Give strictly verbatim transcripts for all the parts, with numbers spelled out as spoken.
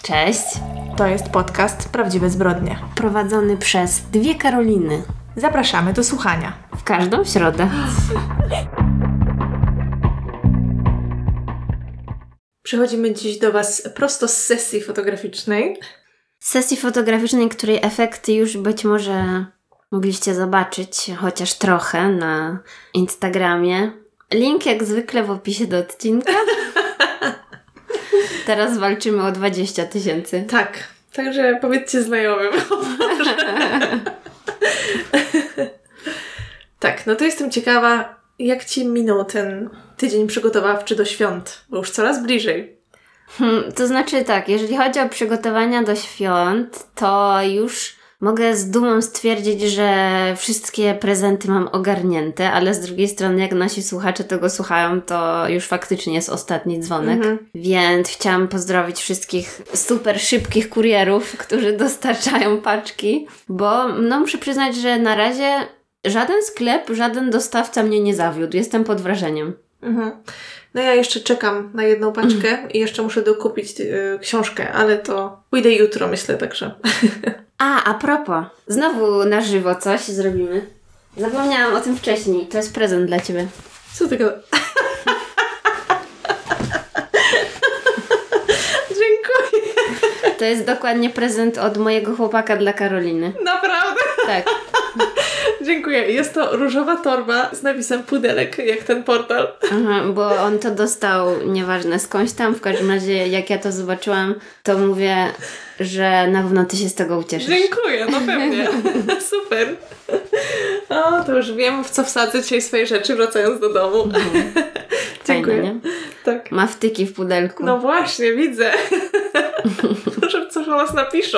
Cześć. To jest podcast Prawdziwe Zbrodnie. Prowadzony przez dwie Karoliny. Zapraszamy do słuchania. W każdą środę. Przychodzimy dziś do Was prosto z sesji fotograficznej. Sesji fotograficznej, której efekty już być może mogliście zobaczyć chociaż trochę na Instagramie. Link jak zwykle w opisie do odcinka. Teraz walczymy o dwadzieścia tysięcy. Tak, także powiedzcie znajomym. Tak, no to jestem ciekawa, jak Ci minął ten tydzień przygotowawczy do świąt, bo już coraz bliżej. Hmm, to znaczy tak, jeżeli chodzi o przygotowania do świąt, to już mogę z dumą stwierdzić, że wszystkie prezenty mam ogarnięte, ale z drugiej strony jak nasi słuchacze tego słuchają, to już faktycznie jest ostatni dzwonek. Mhm. Więc chciałam pozdrowić wszystkich super szybkich kurierów, którzy dostarczają paczki, bo no muszę przyznać, że na razie żaden sklep, żaden dostawca mnie nie zawiódł. Jestem pod wrażeniem. Mhm. No ja jeszcze czekam na jedną paczkę mm. i jeszcze muszę dokupić y, książkę, ale to pójdę jutro, myślę, także. A, a propos, znowu na żywo coś zrobimy. Zapomniałam o tym wcześniej. To jest prezent dla Ciebie. Co ty gada? Dziękuję. To jest dokładnie prezent od mojego chłopaka dla Karoliny. Naprawdę? Tak. Dziękuję. Jest to różowa torba z napisem pudelek, jak ten portal. Aha, bo on to dostał, nieważne skądś tam, w każdym razie jak ja to zobaczyłam, to mówię, że na pewno Ty się z tego ucieszysz. Dziękuję, no pewnie. Super. O, to już wiem, w co wsadzę dzisiaj swoje rzeczy, wracając do domu. Mhm. Dziękuję. Fajne, nie? Tak. Ma wtyki w pudelku. No właśnie, widzę. Może coś o nas napiszą.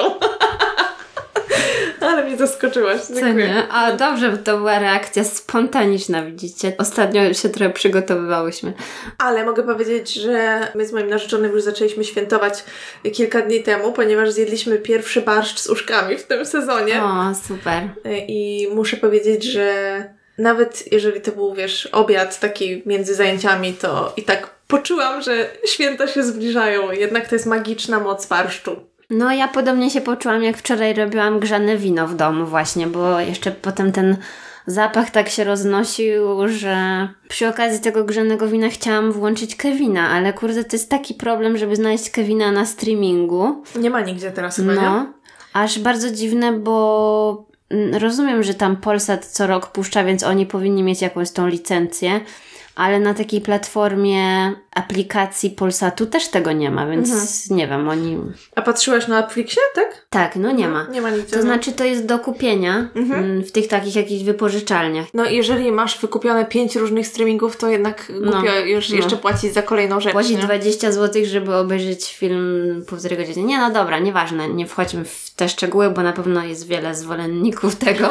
Ale mnie zaskoczyłaś. Dziękuję. A dobrze, to była reakcja spontaniczna, widzicie. Ostatnio się trochę przygotowywałyśmy. Ale mogę powiedzieć, że my z moim narzeczonym już zaczęliśmy świętować kilka dni temu, ponieważ zjedliśmy pierwszy barszcz z uszkami w tym sezonie. O, super. I muszę powiedzieć, że nawet jeżeli to był, wiesz, obiad taki między zajęciami, to i tak poczułam, że święta się zbliżają. Jednak to jest magiczna moc barszczu. No ja podobnie się poczułam, jak wczoraj robiłam grzane wino w domu właśnie, bo jeszcze potem ten zapach tak się roznosił, że przy okazji tego grzanego wina chciałam włączyć Kevina, ale kurde, to jest taki problem, żeby znaleźć Kevina na streamingu. Nie ma nigdzie teraz chyba, no, nie? Aż bardzo dziwne, bo rozumiem, że tam Polsat co rok puszcza, więc oni powinni mieć jakąś tą licencję, ale na takiej platformie aplikacji Polsatu też tego nie ma, więc mhm. nie wiem, oni... A patrzyłaś na Netflixie, tak? Tak, no nie ma. Nie ma nic. To znaczy to jest do kupienia mhm. w tych takich jakichś wypożyczalniach. No jeżeli masz wykupione pięć różnych streamingów, to jednak głupio no, już no. jeszcze płacić za kolejną rzecz. Płacić dwadzieścia złotych, żeby obejrzeć film półtorej godziny. Nie, no dobra, nieważne, nie wchodźmy w te szczegóły, bo na pewno jest wiele zwolenników tego.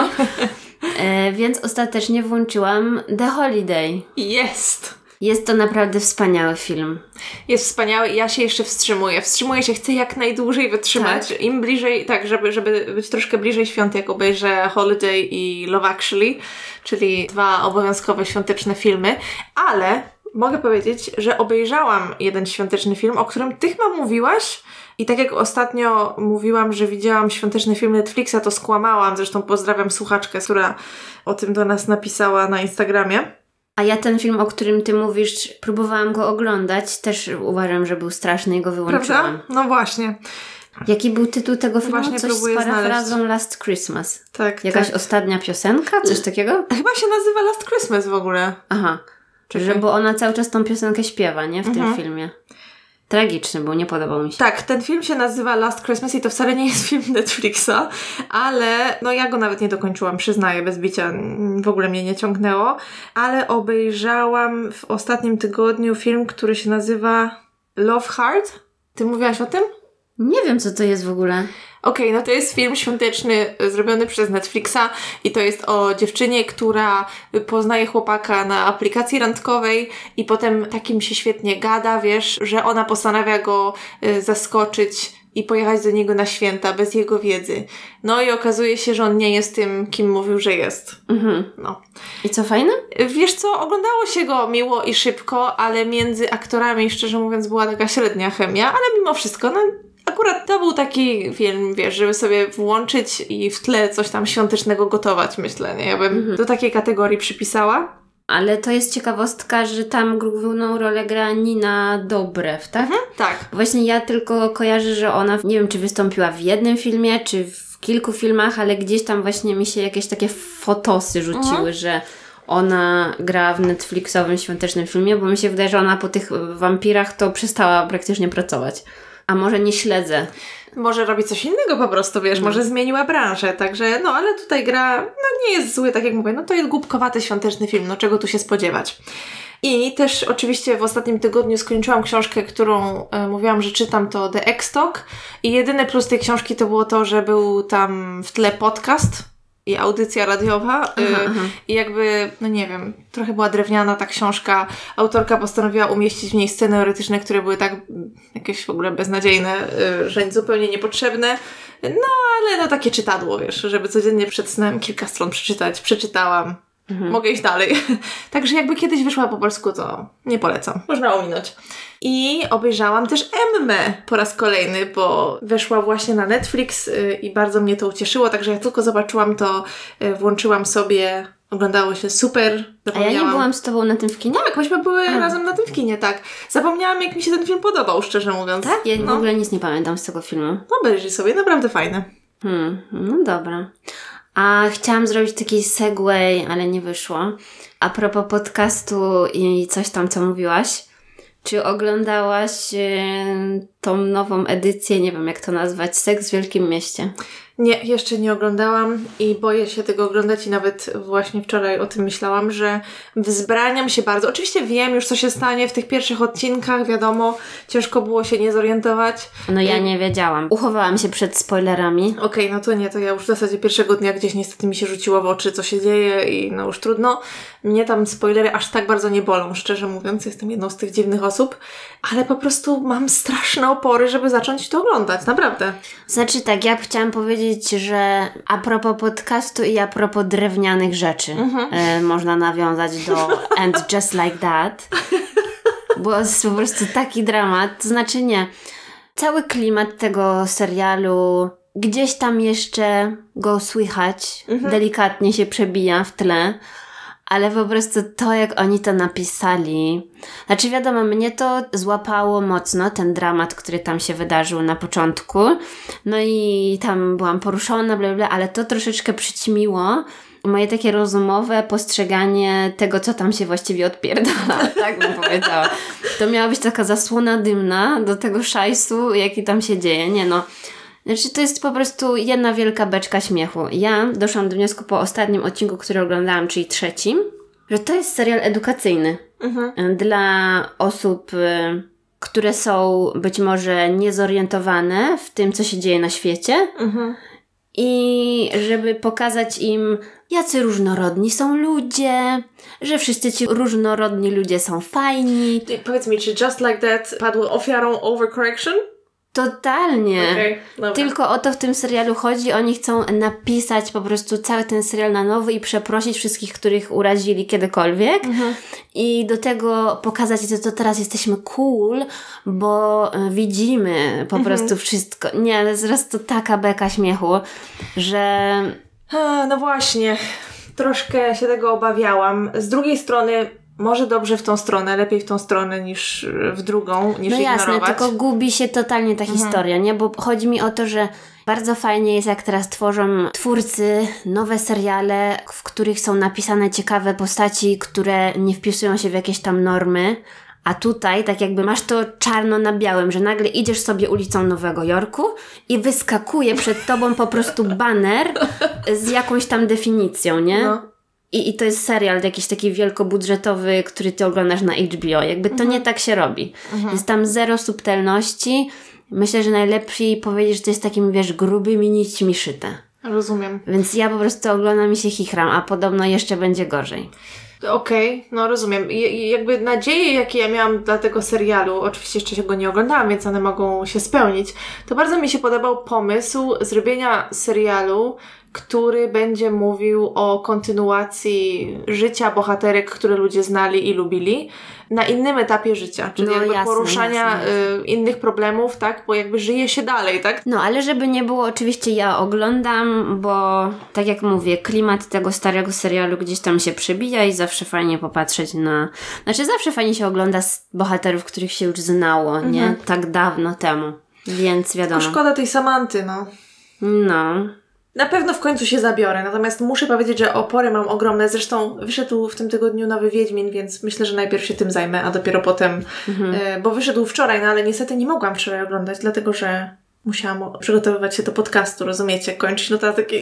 E, więc ostatecznie włączyłam The Holiday. Jest! Jest to naprawdę wspaniały film. Jest wspaniały i ja się jeszcze wstrzymuję. Wstrzymuję się, chcę jak najdłużej wytrzymać. Tak. Im bliżej, tak, żeby, żeby być troszkę bliżej świąt, jak obejrzę Holiday i Love Actually, czyli dwa obowiązkowe świąteczne filmy. Ale mogę powiedzieć, że obejrzałam jeden świąteczny film, o którym Ty chyba mówiłaś. I tak jak ostatnio mówiłam, że widziałam świąteczny film Netflixa, to skłamałam. Zresztą pozdrawiam słuchaczkę, która o tym do nas napisała na Instagramie. A ja ten film, o którym Ty mówisz, próbowałam go oglądać. Też uważam, że był straszny i go wyłączyłam. Prawda? No właśnie. Jaki był tytuł tego filmu? Właśnie coś z parafrazą znaleźć. Last Christmas. Tak, Jakaś tak. ostatnia piosenka? Coś takiego? Chyba się nazywa Last Christmas w ogóle. Aha. Czekaj. Że bo ona cały czas tą piosenkę śpiewa, nie? W mhm. tym filmie. Tragiczny, bo nie podobał mi się. Tak, ten film się nazywa Last Christmas i to wcale nie jest film Netflixa, ale no ja go nawet nie dokończyłam, przyznaję, bez bicia, w ogóle mnie nie ciągnęło, ale obejrzałam w ostatnim tygodniu film, który się nazywa Love Hard. Ty mówiłaś o tym? Nie wiem, co to jest w ogóle. Okej, okay, no to jest film świąteczny zrobiony przez Netflixa i to jest o dziewczynie, która poznaje chłopaka na aplikacji randkowej i potem takim się świetnie gada, wiesz, że ona postanawia go y, zaskoczyć i pojechać do niego na święta bez jego wiedzy. No i okazuje się, że on nie jest tym, kim mówił, że jest. Mhm. No. I co, fajne? Wiesz co, oglądało się go miło i szybko, ale między aktorami, szczerze mówiąc, była taka średnia chemia, ale mimo wszystko, no akurat to był taki film, wiesz, żeby sobie włączyć i w tle coś tam świątecznego gotować, myślę, nie? Ja bym mhm. do takiej kategorii przypisała. Ale to jest ciekawostka, że tam główną rolę gra Nina Dobrew, tak? Mhm, tak. Właśnie ja tylko kojarzę, że ona, nie wiem, czy wystąpiła w jednym filmie, czy w kilku filmach, ale gdzieś tam właśnie mi się jakieś takie fotosy rzuciły, mhm. że ona gra w Netflixowym świątecznym filmie, bo mi się wydaje, że ona po tych wampirach to przestała praktycznie pracować. A może nie śledzę. Może robi coś innego po prostu, wiesz, no. może zmieniła branżę, także no, ale tutaj gra, no nie jest zły, tak jak mówię, no to jest głupkowaty świąteczny film, no czego tu się spodziewać. I też oczywiście w ostatnim tygodniu skończyłam książkę, którą e, mówiłam, że czytam, to The X-Talk i jedyny plus tej książki to było to, że był tam w tle podcast i audycja radiowa aha, y, aha. i jakby, no nie wiem, trochę była drewniana ta książka. Autorka postanowiła umieścić w niej sceny erotyczne, które były tak jakieś w ogóle beznadziejne, y, że zupełnie niepotrzebne. No ale no takie czytadło, wiesz, żeby codziennie przed snem kilka stron przeczytać. Przeczytałam. Mhm. Mogę iść dalej. Także jakby kiedyś wyszła po polsku, to nie polecam. Można ominąć. I obejrzałam też Emmę po raz kolejny, bo weszła właśnie na Netflix yy, i bardzo mnie to ucieszyło, także jak tylko zobaczyłam to, yy, włączyłam sobie, oglądało się super. A ja nie byłam z tobą na tym w kinie? Tak, myśmy były A. razem na tym w kinie, tak. Zapomniałam, jak mi się ten film podobał, szczerze mówiąc. Tak? Ja no. w ogóle nic nie pamiętam z tego filmu. No obejrzyj sobie, naprawdę fajny. Hmm, no dobra. A chciałam zrobić taki segway, ale nie wyszło. A propos podcastu i coś tam, co mówiłaś. Czy oglądałaś e, tą nową edycję, nie wiem jak to nazwać, Seks w Wielkim Mieście? Nie, jeszcze nie oglądałam i boję się tego oglądać i nawet właśnie wczoraj o tym myślałam, że wzbraniam się bardzo. Oczywiście wiem już, co się stanie w tych pierwszych odcinkach, wiadomo, ciężko było się nie zorientować. No ja nie wiedziałam. Uchowałam się przed spoilerami. Okej, okay, no to nie, to ja już w zasadzie pierwszego dnia gdzieś niestety mi się rzuciło w oczy, co się dzieje i no już trudno. Mnie tam spoilery aż tak bardzo nie bolą, szczerze mówiąc, jestem jedną z tych dziwnych osób, ale po prostu mam straszne opory, żeby zacząć to oglądać, naprawdę. Znaczy tak, ja chciałam powiedzieć, że a propos podcastu i a propos drewnianych rzeczy mhm. y, można nawiązać do And Just Like That, bo jest po prostu taki dramat, to znaczy nie, cały klimat tego serialu gdzieś tam jeszcze go słychać, mhm. delikatnie się przebija w tle, ale po prostu to, jak oni to napisali, znaczy wiadomo, mnie to złapało mocno, ten dramat, który tam się wydarzył na początku, no i tam byłam poruszona, bla, bla, ale to troszeczkę przyćmiło moje takie rozumowe postrzeganie tego, co tam się właściwie odpierdala, tak bym powiedziała. To miała być taka zasłona dymna do tego szajsu, jaki tam się dzieje, nie no. Znaczy to jest po prostu jedna wielka beczka śmiechu. Ja doszłam do wniosku po ostatnim odcinku, który oglądałam, czyli trzecim, że to jest serial edukacyjny. Mhm. Dla osób, które są być może niezorientowane w tym, co się dzieje na świecie. Mhm. I żeby pokazać im, jacy różnorodni są ludzie, że wszyscy ci różnorodni ludzie są fajni. I powiedz mi, czy Just Like That padło ofiarą overcorrection? Totalnie. Okay, tylko o to w tym serialu chodzi. Oni chcą napisać po prostu cały ten serial na nowo i przeprosić wszystkich, których urazili kiedykolwiek. Mhm. I do tego pokazać, że to teraz jesteśmy cool, bo widzimy po mhm. prostu wszystko. Nie, zaraz to taka beka śmiechu, że... A, no właśnie. Troszkę się tego obawiałam. Z drugiej strony... Może dobrze w tą stronę, lepiej w tą stronę niż w drugą, niż no ignorować. No jasne, tylko gubi się totalnie ta mhm. historia, nie? Bo chodzi mi o to, że bardzo fajnie jest, jak teraz tworzą twórcy nowe seriale, w których są napisane ciekawe postaci, które nie wpisują się w jakieś tam normy. A tutaj tak jakby masz to czarno na białym, że nagle idziesz sobie ulicą Nowego Jorku i wyskakuje przed tobą po prostu baner z jakąś tam definicją, nie? No. I, I to jest serial jakiś taki wielkobudżetowy, który ty oglądasz na H B O. Jakby to mhm. nie tak się robi. Mhm. Jest tam zero subtelności. Myślę, że najlepiej powiedzieć, że to jest takimi, wiesz, grubymi nićmi szyte. Rozumiem. Więc ja po prostu oglądam i się chichram, a podobno jeszcze będzie gorzej. Okej, okay, no rozumiem. I, I jakby nadzieje, jakie ja miałam dla tego serialu, oczywiście jeszcze się go nie oglądałam, więc one mogą się spełnić, to bardzo mi się podobał pomysł zrobienia serialu, który będzie mówił o kontynuacji życia bohaterek, które ludzie znali i lubili na innym etapie życia, czyli no, jakby jasne, poruszania jasne, jasne. Y, innych problemów, tak, bo jakby żyje się dalej, tak? No, ale żeby nie było, oczywiście ja oglądam, bo tak jak mówię, klimat tego starego serialu gdzieś tam się przebija i zawsze fajnie popatrzeć na... Znaczy zawsze fajnie się ogląda z bohaterów, których się już znało, mhm. nie? Tak dawno temu, więc wiadomo. Tylko szkoda tej Samanty, no. No... Na pewno w końcu się zabiorę, natomiast muszę powiedzieć, że opory mam ogromne. Zresztą wyszedł w tym tygodniu nowy Wiedźmin, więc myślę, że najpierw się tym zajmę, a dopiero potem, mhm. y, bo wyszedł wczoraj, no ale niestety nie mogłam wczoraj oglądać, dlatego że musiałam przygotowywać się do podcastu, rozumiecie, kończyć notatki.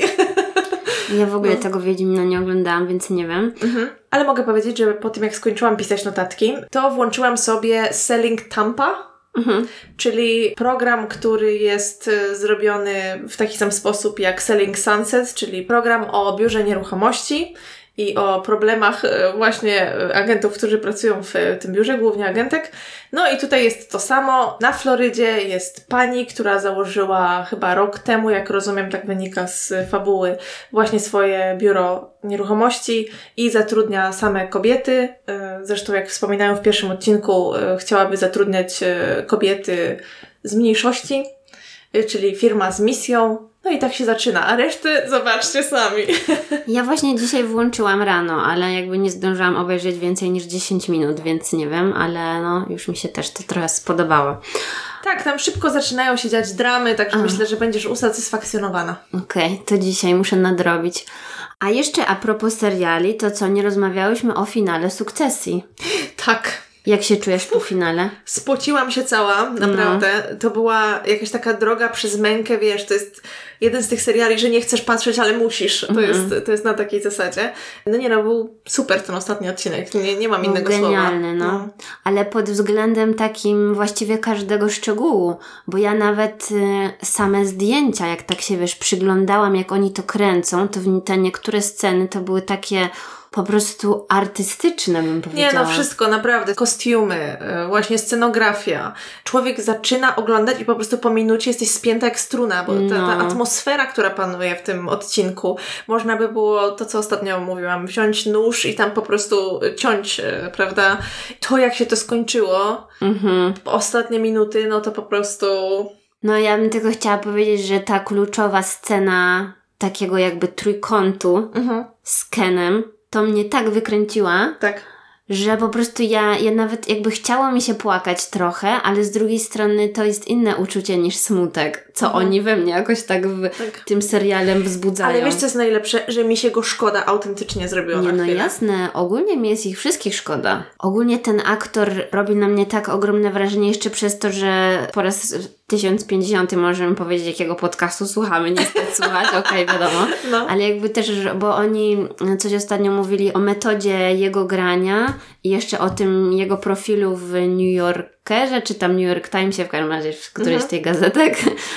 Ja w ogóle no. tego Wiedźmina nie oglądałam, więc nie wiem. Mhm. Ale mogę powiedzieć, że po tym jak skończyłam pisać notatki, to włączyłam sobie Selling Tampa. Mhm. Czyli program, który jest y, zrobiony w taki sam sposób jak Selling Sunset, czyli program o biurze nieruchomości i o problemach y, właśnie agentów, którzy pracują w y, tym biurze, głównie agentek. No i tutaj jest to samo. Na Florydzie jest pani, która założyła chyba rok temu, jak rozumiem, tak wynika z fabuły, właśnie swoje biuro nieruchomości i zatrudnia same kobiety. Zresztą jak wspominają w pierwszym odcinku, chciałaby zatrudniać kobiety z mniejszości, czyli firma z misją. No i tak się zaczyna, a resztę zobaczcie sami. Ja właśnie dzisiaj włączyłam rano, ale jakby nie zdążyłam obejrzeć więcej niż dziesięć minut, więc nie wiem, ale no już mi się też to trochę spodobało. Tak, tam szybko zaczynają się dziać dramy, także a. myślę, że będziesz usatysfakcjonowana. Okej, okay, to dzisiaj muszę nadrobić. A jeszcze a propos seriali, to co, nie rozmawiałyśmy o finale Sukcesji? Tak. Jak się czujesz po finale? Spociłam się cała, naprawdę. No. To była jakaś taka droga przez mękę, wiesz, to jest jeden z tych seriali, że nie chcesz patrzeć, ale musisz. To, mm. jest, to jest na takiej zasadzie. No nie no, był super ten ostatni odcinek. Nie, nie mam innego był słowa. Genialny, no. no. Ale pod względem takim właściwie każdego szczegółu, bo ja nawet y, same zdjęcia, jak tak się, wiesz, przyglądałam, jak oni to kręcą, to te niektóre sceny to były takie po prostu artystyczne, bym powiedziała. Nie, no wszystko, naprawdę. Kostiumy, właśnie scenografia. Człowiek zaczyna oglądać i po prostu po minucie jesteś spięta jak struna, bo ta, no. ta atmosfera, która panuje w tym odcinku, można by było, to co ostatnio mówiłam, wziąć nóż i tam po prostu ciąć, prawda? To jak się to skończyło, mhm. ostatnie minuty, no to po prostu... No ja bym tylko chciała powiedzieć, że ta kluczowa scena takiego jakby trójkątu mhm. z Kenem, to mnie tak wykręciła, tak. że po prostu ja, ja nawet jakby chciało mi się płakać trochę, ale z drugiej strony to jest inne uczucie niż smutek, co mhm. oni we mnie jakoś tak, w, tak tym serialem wzbudzają. Ale wiesz co jest najlepsze? Że mi się go szkoda autentycznie zrobiło Nie, na no chwilę. jasne, ogólnie mi jest ich wszystkich szkoda. Ogólnie ten aktor robi na mnie tak ogromne wrażenie jeszcze przez to, że po raz tysiąc pięćdziesiąty możemy powiedzieć, jakiego podcastu słuchamy, nie stać słuchać, okej, okay, wiadomo. No. Ale jakby też, bo oni coś ostatnio mówili o metodzie jego grania i jeszcze o tym jego profilu w New Yorkerze, czy tam New York Timesie, w każdym razie w którejś mhm. z tych gazetek.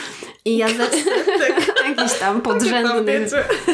I ja zaczęłam jakiś tam podrzędny.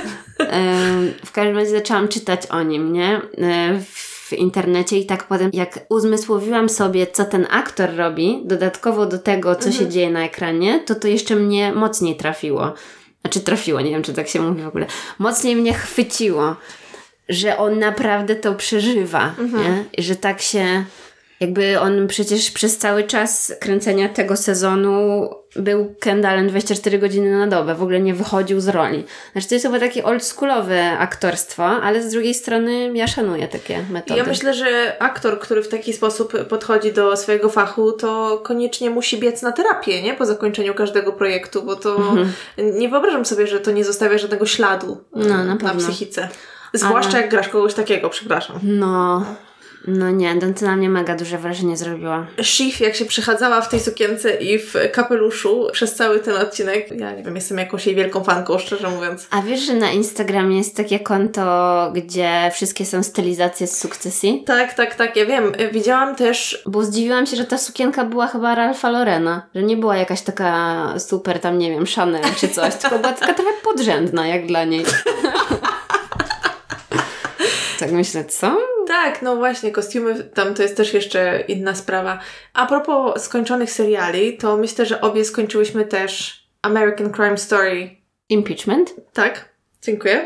W każdym razie zaczęłam czytać o nim, nie? W internecie i tak potem jak uzmysłowiłam sobie, co ten aktor robi, dodatkowo do tego, co mhm. się dzieje na ekranie, to to jeszcze mnie mocniej trafiło. Znaczy trafiło, nie wiem, czy tak się mówi w ogóle. Mocniej mnie chwyciło, że on naprawdę to przeżywa, mhm. nie? I że tak się... Jakby on przecież przez cały czas kręcenia tego sezonu był Kendallem dwadzieścia cztery godziny na dobę, w ogóle nie wychodził z roli. Znaczy to jest chyba takie oldschoolowe aktorstwo, ale z drugiej strony ja szanuję takie metody. Ja myślę, że aktor, który w taki sposób podchodzi do swojego fachu, to koniecznie musi biec na terapię, nie? Po zakończeniu każdego projektu, bo to mhm. nie wyobrażam sobie, że to nie zostawia żadnego śladu no, na, na psychice. Zwłaszcza ale... jak grasz kogoś takiego, przepraszam. No... No nie, to na mnie mega duże wrażenie zrobiła. Shiv, jak się przechadzała w tej sukience i w kapeluszu przez cały ten odcinek, ja nie wiem, jestem jakąś jej wielką fanką, szczerze mówiąc. A wiesz, że na Instagramie jest takie konto, gdzie wszystkie są stylizacje z Sukcesji? Tak, tak, tak, ja wiem. Widziałam też... Bo zdziwiłam się, że ta sukienka była chyba Ralpha Laurena, że nie była jakaś taka super tam, nie wiem, Chanel czy coś, tylko była taka trochę podrzędna jak dla niej. Tak myślę, co? Tak, no właśnie, kostiumy tam to jest też jeszcze inna sprawa. A propos skończonych seriali, to myślę, że obie skończyłyśmy też American Crime Story. Impeachment? Tak. Dziękuję.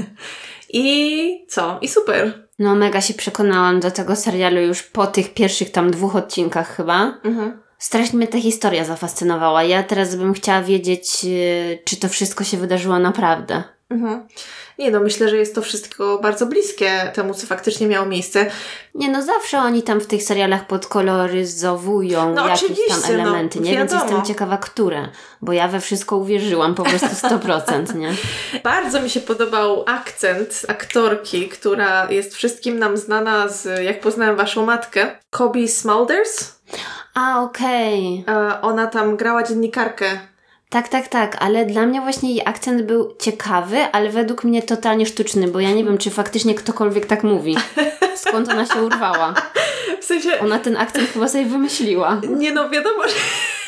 I co? I super. No mega się przekonałam do tego serialu już po tych pierwszych tam dwóch odcinkach chyba. Mhm. Strasznie mnie ta historia zafascynowała. Ja teraz bym chciała wiedzieć, czy to wszystko się wydarzyło naprawdę. Mhm. Nie no, myślę, że jest to wszystko bardzo bliskie temu, co faktycznie miało miejsce. Nie no, zawsze oni tam w tych serialach podkoloryzowują no, jakieś tam elementy, no, nie? Więc jestem ciekawa, które. Bo ja we wszystko uwierzyłam, po prostu sto procent, nie? Bardzo mi się podobał akcent aktorki, która jest wszystkim nam znana z Jak poznałem waszą matkę. Cobie Smulders. A, okej. Okay. Ona tam grała dziennikarkę. Tak, tak, tak, ale dla mnie właśnie jej akcent był ciekawy, ale według mnie totalnie sztuczny, bo ja nie wiem, czy faktycznie ktokolwiek tak mówi. Skąd ona się urwała? W sensie... Ona ten akcent chyba sobie wymyśliła. Nie no, wiadomo, że...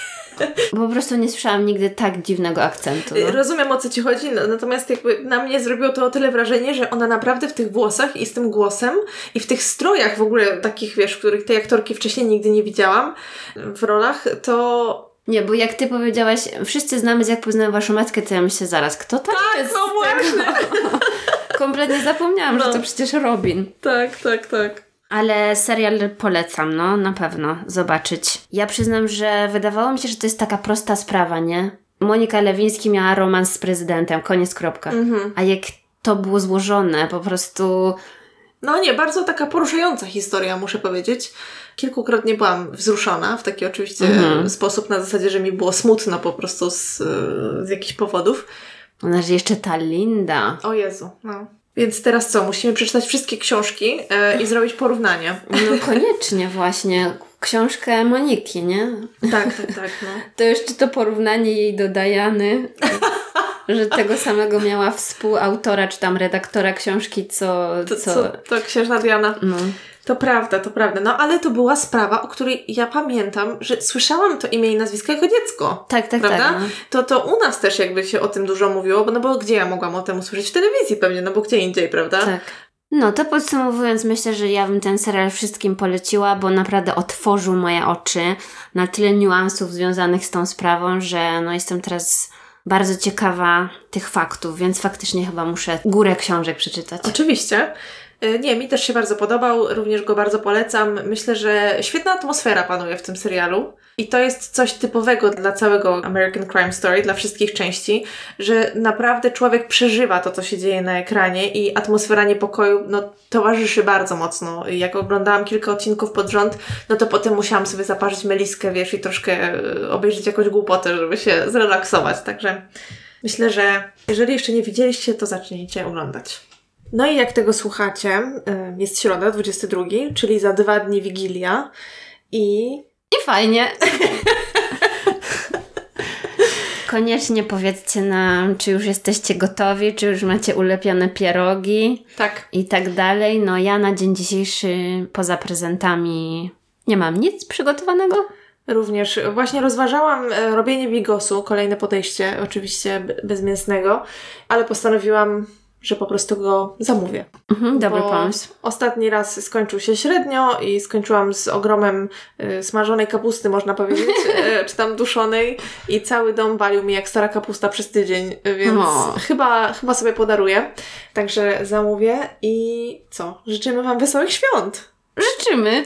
Po prostu nie słyszałam nigdy tak dziwnego akcentu. No. Rozumiem, o co ci chodzi, no, natomiast jakby na mnie zrobiło to o tyle wrażenie, że ona naprawdę w tych włosach i z tym głosem i w tych strojach w ogóle takich, wiesz, w których tej aktorki wcześniej nigdy nie widziałam w rolach, to... Nie, bo jak ty powiedziałaś, wszyscy znamy z Jak poznałem waszą matkę, to ja myślę zaraz, kto to tak, jest? No właśnie. Kompletnie zapomniałam, no. że to przecież Robin. Tak, tak, tak. Ale serial polecam, no, na pewno zobaczyć. Ja przyznam, że wydawało mi się, że to jest taka prosta sprawa, nie? Monika Lewiński miała romans z prezydentem, koniec, kropka. Mhm. A jak to było złożone, po prostu... No nie, bardzo taka poruszająca historia, muszę powiedzieć. Kilkukrotnie byłam wzruszona w taki oczywiście mhm. sposób, na zasadzie, że mi było smutno po prostu z, z jakichś powodów. Ona, że jeszcze ta Linda. O Jezu, no. Więc teraz co? Musimy przeczytać wszystkie książki e, i zrobić porównanie. No koniecznie właśnie. Książkę Moniki, nie? Tak, tak, tak. No. To jeszcze to porównanie jej do Diany, że tego samego miała współautora, czy tam redaktora książki, co... To, co... co, to księżna Diana. No. To prawda, to prawda. No ale to była sprawa, o której ja pamiętam, że słyszałam to imię i nazwisko jako dziecko. Tak, tak, prawda? tak. No. To, to u nas też jakby się o tym dużo mówiło, bo no bo gdzie ja mogłam o tym usłyszeć? W telewizji pewnie, no bo gdzie indziej, prawda? Tak. No to podsumowując, myślę, że ja bym ten serial wszystkim poleciła, bo naprawdę otworzył moje oczy na tyle niuansów związanych z tą sprawą, że no jestem teraz bardzo ciekawa tych faktów, więc faktycznie chyba muszę górę książek przeczytać. Oczywiście. Nie, mi też się bardzo podobał, również go bardzo polecam. Myślę, że świetna atmosfera panuje w tym serialu i to jest coś typowego dla całego American Crime Story, dla wszystkich części, że naprawdę człowiek przeżywa to, co się dzieje na ekranie i atmosfera niepokoju no, towarzyszy bardzo mocno. Jak oglądałam kilka odcinków pod rząd, no to potem musiałam sobie zaparzyć meliskę, wiesz, i troszkę obejrzeć jakąś głupotę, żeby się zrelaksować. Także myślę, że jeżeli jeszcze nie widzieliście, to zacznijcie oglądać. No i jak tego słuchacie, jest środa, dwudziestego drugiego, czyli za dwa dni Wigilia i... I fajnie. Koniecznie powiedzcie nam, czy już jesteście gotowi, czy już macie ulepione pierogi. Tak. I tak dalej. No ja na dzień dzisiejszy poza prezentami nie mam nic przygotowanego. Również. Właśnie rozważałam robienie bigosu, kolejne podejście, oczywiście bezmięsnego, ale postanowiłam, że po prostu go zamówię. Mhm, dobry pomysł. Ostatni raz skończył się średnio i skończyłam z ogromem y, smażonej kapusty, można powiedzieć, y, czy tam duszonej i cały dom walił mi jak stara kapusta przez tydzień, więc o. chyba, chyba sobie podaruję. Także zamówię i co? Życzymy Wam wesołych świąt! Życzymy!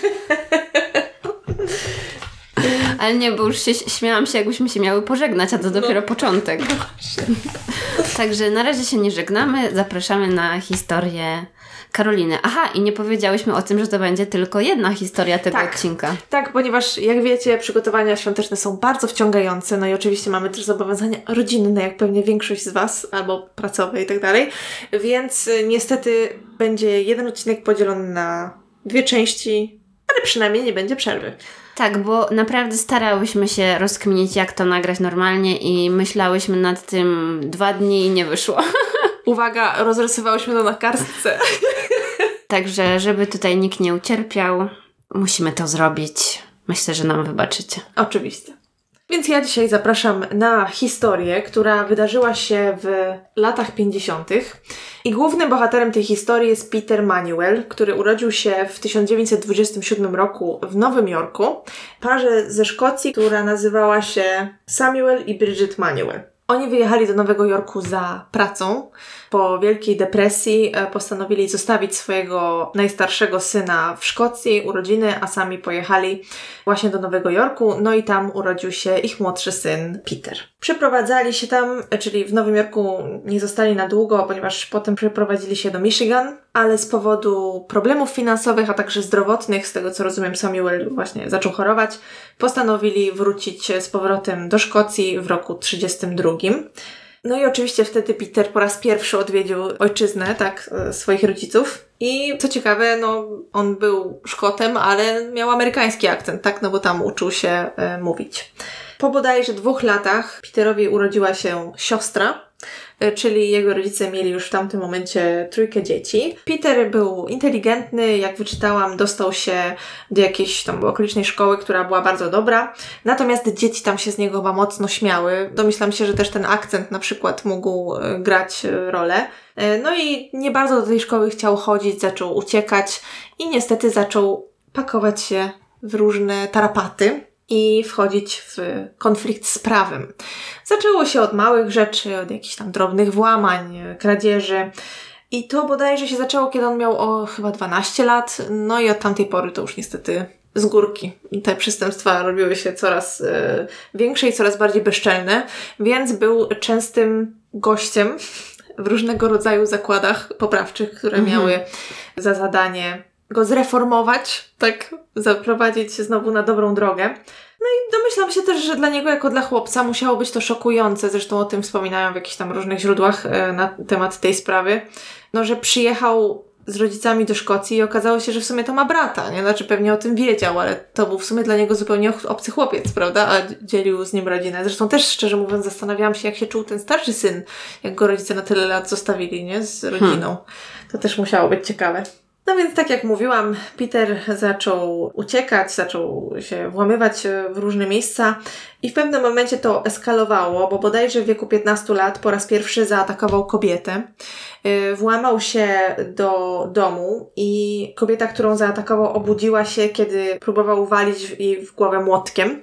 Ale nie, bo już się śmiałam się, jakbyśmy się miały pożegnać, a to dopiero no. początek. No Także na razie się nie żegnamy, zapraszamy na historię Karoliny. Aha, i nie powiedziałyśmy o tym, że to będzie tylko jedna historia tego tak, odcinka. Tak, ponieważ jak wiecie, przygotowania świąteczne są bardzo wciągające, no i oczywiście mamy też zobowiązania rodzinne, jak pewnie większość z Was, albo pracowe i tak dalej, więc niestety będzie jeden odcinek podzielony na dwie części, ale przynajmniej nie będzie przerwy. Tak, bo naprawdę starałyśmy się rozkminić, jak to nagrać normalnie i myślałyśmy nad tym dwa dni i nie wyszło. Uwaga, rozrysowałyśmy to na kartce. Także, żeby tutaj nikt nie ucierpiał, musimy to zrobić. Myślę, że nam wybaczycie. Oczywiście. Więc ja dzisiaj zapraszam na historię, która wydarzyła się w latach pięćdziesiątych. I głównym bohaterem tej historii jest Peter Manuel, który urodził się w tysiąc dziewięćset dwudziestym siódmym roku w Nowym Jorku, parze ze Szkocji, która nazywała się Samuel i Bridget Manuel. Oni wyjechali do Nowego Jorku za pracą. Po Wielkiej Depresji postanowili zostawić swojego najstarszego syna w Szkocji, urodziny, a sami pojechali właśnie do Nowego Jorku, no i tam urodził się ich młodszy syn Peter. Przeprowadzali się tam, czyli w Nowym Jorku nie zostali na długo, ponieważ potem przeprowadzili się do Michigan, ale z powodu problemów finansowych, a także zdrowotnych, z tego co rozumiem Samuel właśnie zaczął chorować, postanowili wrócić z powrotem do Szkocji w roku trzydziestym drugim. No i oczywiście wtedy Peter po raz pierwszy odwiedził ojczyznę, tak, swoich rodziców. I co ciekawe, no on był Szkotem, ale miał amerykański akcent, tak, no bo tam uczył się e, mówić. Po bodajże dwóch latach Peterowi urodziła się siostra, e, czyli jego rodzice mieli już w tamtym momencie trójkę dzieci. Peter był inteligentny, jak wyczytałam, dostał się do jakiejś tam okolicznej szkoły, która była bardzo dobra. Natomiast dzieci tam się z niego chyba mocno śmiały. Domyślam się, że też ten akcent na przykład mógł e, grać e, rolę. No i nie bardzo do tej szkoły chciał chodzić, zaczął uciekać i niestety zaczął pakować się w różne tarapaty i wchodzić w konflikt z prawem. Zaczęło się od małych rzeczy, od jakichś tam drobnych włamań, kradzieży. I to bodajże się zaczęło, kiedy on miał o chyba dwanaście lat, no i od tamtej pory to już niestety z górki. Te przestępstwa robiły się coraz e, większe i coraz bardziej bezczelne, więc był częstym gościem w różnego rodzaju zakładach poprawczych, które mhm. miały za zadanie go zreformować, tak, zaprowadzić się znowu na dobrą drogę. No i domyślam się też, że dla niego jako dla chłopca musiało być to szokujące, zresztą o tym wspominają w jakichś tam różnych źródłach e, na temat tej sprawy, no że przyjechał z rodzicami do Szkocji i okazało się, że w sumie to ma brata, nie? Znaczy pewnie o tym wiedział, ale to był w sumie dla niego zupełnie obcy chłopiec, prawda? A dzielił z nim rodzinę. Zresztą też, szczerze mówiąc, zastanawiałam się, jak się czuł ten starszy syn, jak go rodzice na tyle lat zostawili, nie? Z rodziną. Hmm. To też musiało być ciekawe. No więc tak jak mówiłam, Peter zaczął uciekać, zaczął się włamywać w różne miejsca i w pewnym momencie to eskalowało, bo bodajże w wieku piętnastu lat po raz pierwszy zaatakował kobietę. Włamał się do domu i kobieta, którą zaatakował, obudziła się, kiedy próbował walić jej w głowę młotkiem.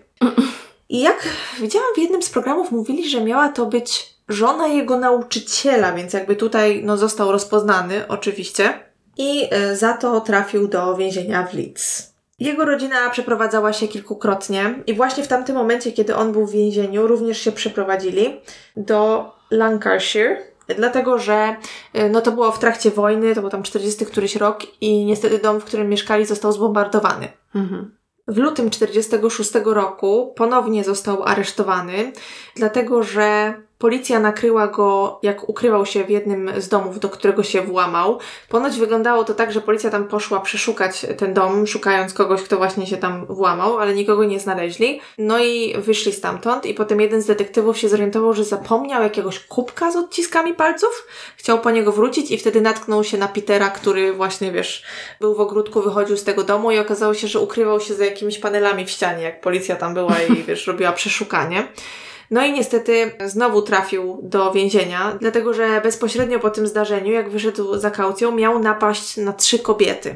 I jak widziałam w jednym z programów, mówili, że miała to być żona jego nauczyciela, więc jakby tutaj no, został rozpoznany oczywiście. I za to trafił do więzienia w Leeds. Jego rodzina przeprowadzała się kilkukrotnie i właśnie w tamtym momencie, kiedy on był w więzieniu, również się przeprowadzili do Lancashire, dlatego że no to było w trakcie wojny, to był tam czterdziesty któryś rok i niestety dom, w którym mieszkali, został zbombardowany. Mhm. W lutym czterdziestego szóstego roku ponownie został aresztowany, dlatego że policja nakryła go, jak ukrywał się w jednym z domów, do którego się włamał. Ponoć wyglądało to tak, że policja tam poszła przeszukać ten dom, szukając kogoś, kto właśnie się tam włamał, ale nikogo nie znaleźli. No i wyszli stamtąd i potem jeden z detektywów się zorientował, że zapomniał jakiegoś kubka z odciskami palców. Chciał po niego wrócić i wtedy natknął się na Petera, który właśnie, wiesz, był w ogródku, wychodził z tego domu i okazało się, że ukrywał się za jakimiś panelami w ścianie, jak policja tam była i, wiesz, robiła przeszukanie. No i niestety znowu trafił do więzienia, dlatego że bezpośrednio po tym zdarzeniu, jak wyszedł za kaucją, miał napaść na trzy kobiety.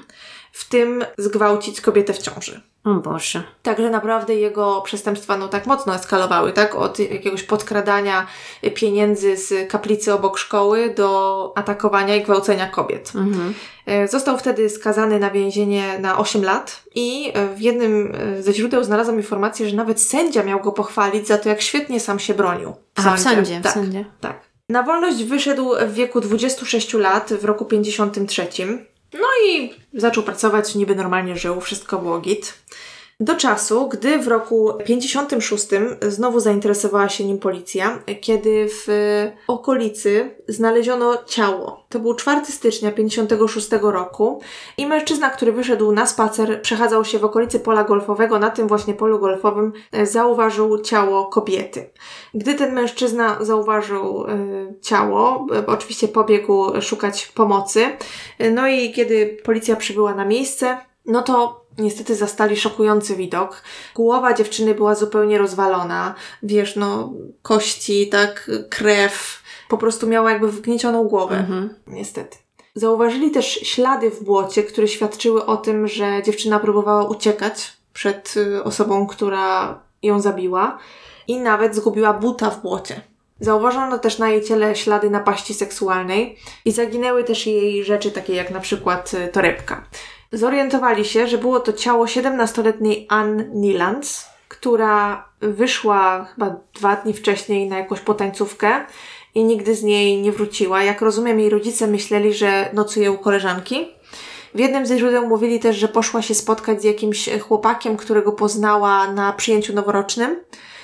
W tym zgwałcić kobietę w ciąży. O Boże. Także naprawdę jego przestępstwa no tak mocno eskalowały, tak? Od jakiegoś podkradania pieniędzy z kaplicy obok szkoły do atakowania i gwałcenia kobiet. Mhm. Został wtedy skazany na więzienie na osiem lat i w jednym ze źródeł znalazłam informację, że nawet sędzia miał go pochwalić za to, jak świetnie sam się bronił. W sądzie. A, w sądzie, tak, w sądzie. Tak. Na wolność wyszedł w wieku dwudziestu sześciu lat w roku pięćdziesiątym trzecim. No i zaczął pracować, niby normalnie żył, wszystko było git. Do czasu, gdy w roku pięćdziesiątym szóstym znowu zainteresowała się nim policja, kiedy w okolicy znaleziono ciało. To był czwartego stycznia pięćdziesiątego szóstego roku i mężczyzna, który wyszedł na spacer, przechadzał się w okolicy pola golfowego. Na tym właśnie polu golfowym zauważył ciało kobiety. Gdy ten mężczyzna zauważył y, ciało, y, oczywiście pobiegł szukać pomocy. Y, no i kiedy policja przybyła na miejsce, no to niestety zastali szokujący widok. Głowa dziewczyny była zupełnie rozwalona. Wiesz, no, kości, tak, krew. Po prostu miała jakby wgniecioną głowę. Mhm. Niestety. Zauważyli też ślady w błocie, które świadczyły o tym, że dziewczyna próbowała uciekać przed osobą, która ją zabiła. I nawet zgubiła buta w błocie. Zauważono też na jej ciele ślady napaści seksualnej i zaginęły też jej rzeczy takie jak na przykład torebka. Zorientowali się, że było to ciało siedemnastoletniej Ann Neilands, która wyszła chyba dwa dni wcześniej na jakąś potańcówkę i nigdy z niej nie wróciła. Jak rozumiem, jej rodzice myśleli, że nocuje u koleżanki. W jednym ze źródeł mówili też, że poszła się spotkać z jakimś chłopakiem, którego poznała na przyjęciu noworocznym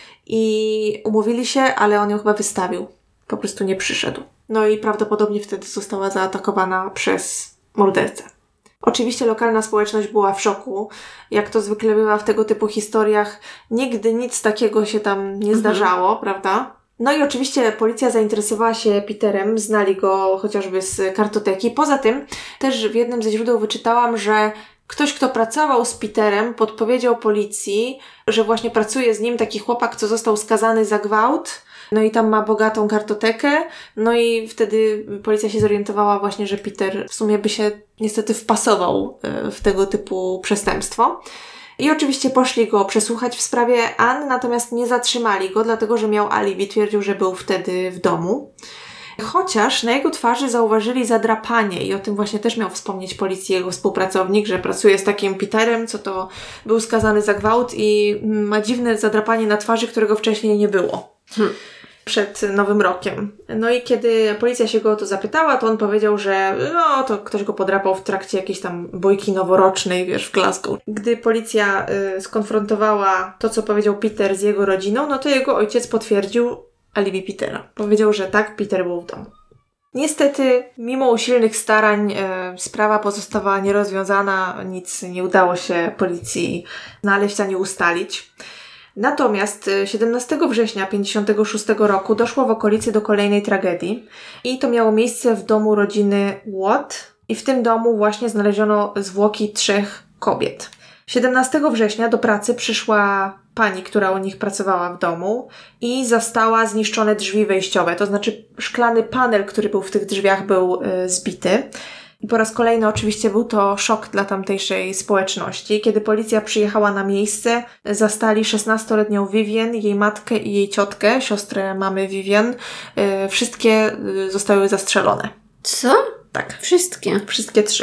i umówili się, ale on ją chyba wystawił. Po prostu nie przyszedł. No i prawdopodobnie wtedy została zaatakowana przez mordercę. Oczywiście lokalna społeczność była w szoku. Jak to zwykle bywa w tego typu historiach, nigdy nic takiego się tam nie zdarzało, mhm. prawda? No i oczywiście policja zainteresowała się Peterem, znali go chociażby z kartoteki. Poza tym też w jednym ze źródeł wyczytałam, że ktoś, kto pracował z Peterem, podpowiedział policji, że właśnie pracuje z nim taki chłopak, co został skazany za gwałt. No i tam ma bogatą kartotekę, no i wtedy policja się zorientowała właśnie, że Peter w sumie by się niestety wpasował w tego typu przestępstwo. I oczywiście poszli go przesłuchać w sprawie Ann, natomiast nie zatrzymali go, dlatego że miał alibi, twierdził, że był wtedy w domu. Chociaż na jego twarzy zauważyli zadrapanie i o tym właśnie też miał wspomnieć policji jego współpracownik, że pracuje z takim Peterem, co to był skazany za gwałt i ma dziwne zadrapanie na twarzy, którego wcześniej nie było. Hmm. Przed Nowym Rokiem. No i kiedy policja się go o to zapytała, to on powiedział, że no to ktoś go podrapał w trakcie jakiejś tam bójki noworocznej, wiesz, w Glasgow. Gdy policja y, skonfrontowała to, co powiedział Peter z jego rodziną, no to jego ojciec potwierdził alibi Petera. Powiedział, że tak, Peter był w domu. Niestety, mimo usilnych starań, y, sprawa pozostawała nierozwiązana, nic nie udało się policji znaleźć ani ustalić. Natomiast siedemnastego września tysiąc dziewięćset pięćdziesiątego szóstego roku doszło w okolicy do kolejnej tragedii i to miało miejsce w domu rodziny Watt i w tym domu właśnie znaleziono zwłoki trzech kobiet. siedemnastego września do pracy przyszła pani, która u nich pracowała w domu i zastała zniszczone drzwi wejściowe, to znaczy szklany panel, który był w tych drzwiach, był y, zbity. I po raz kolejny oczywiście był to szok dla tamtejszej społeczności. Kiedy policja przyjechała na miejsce, zastali szesnastoletnią Vivian, jej matkę i jej ciotkę, siostrę mamy Vivian. Yy, wszystkie yy, zostały zastrzelone. Co? Tak. Wszystkie? Wszystkie trzy.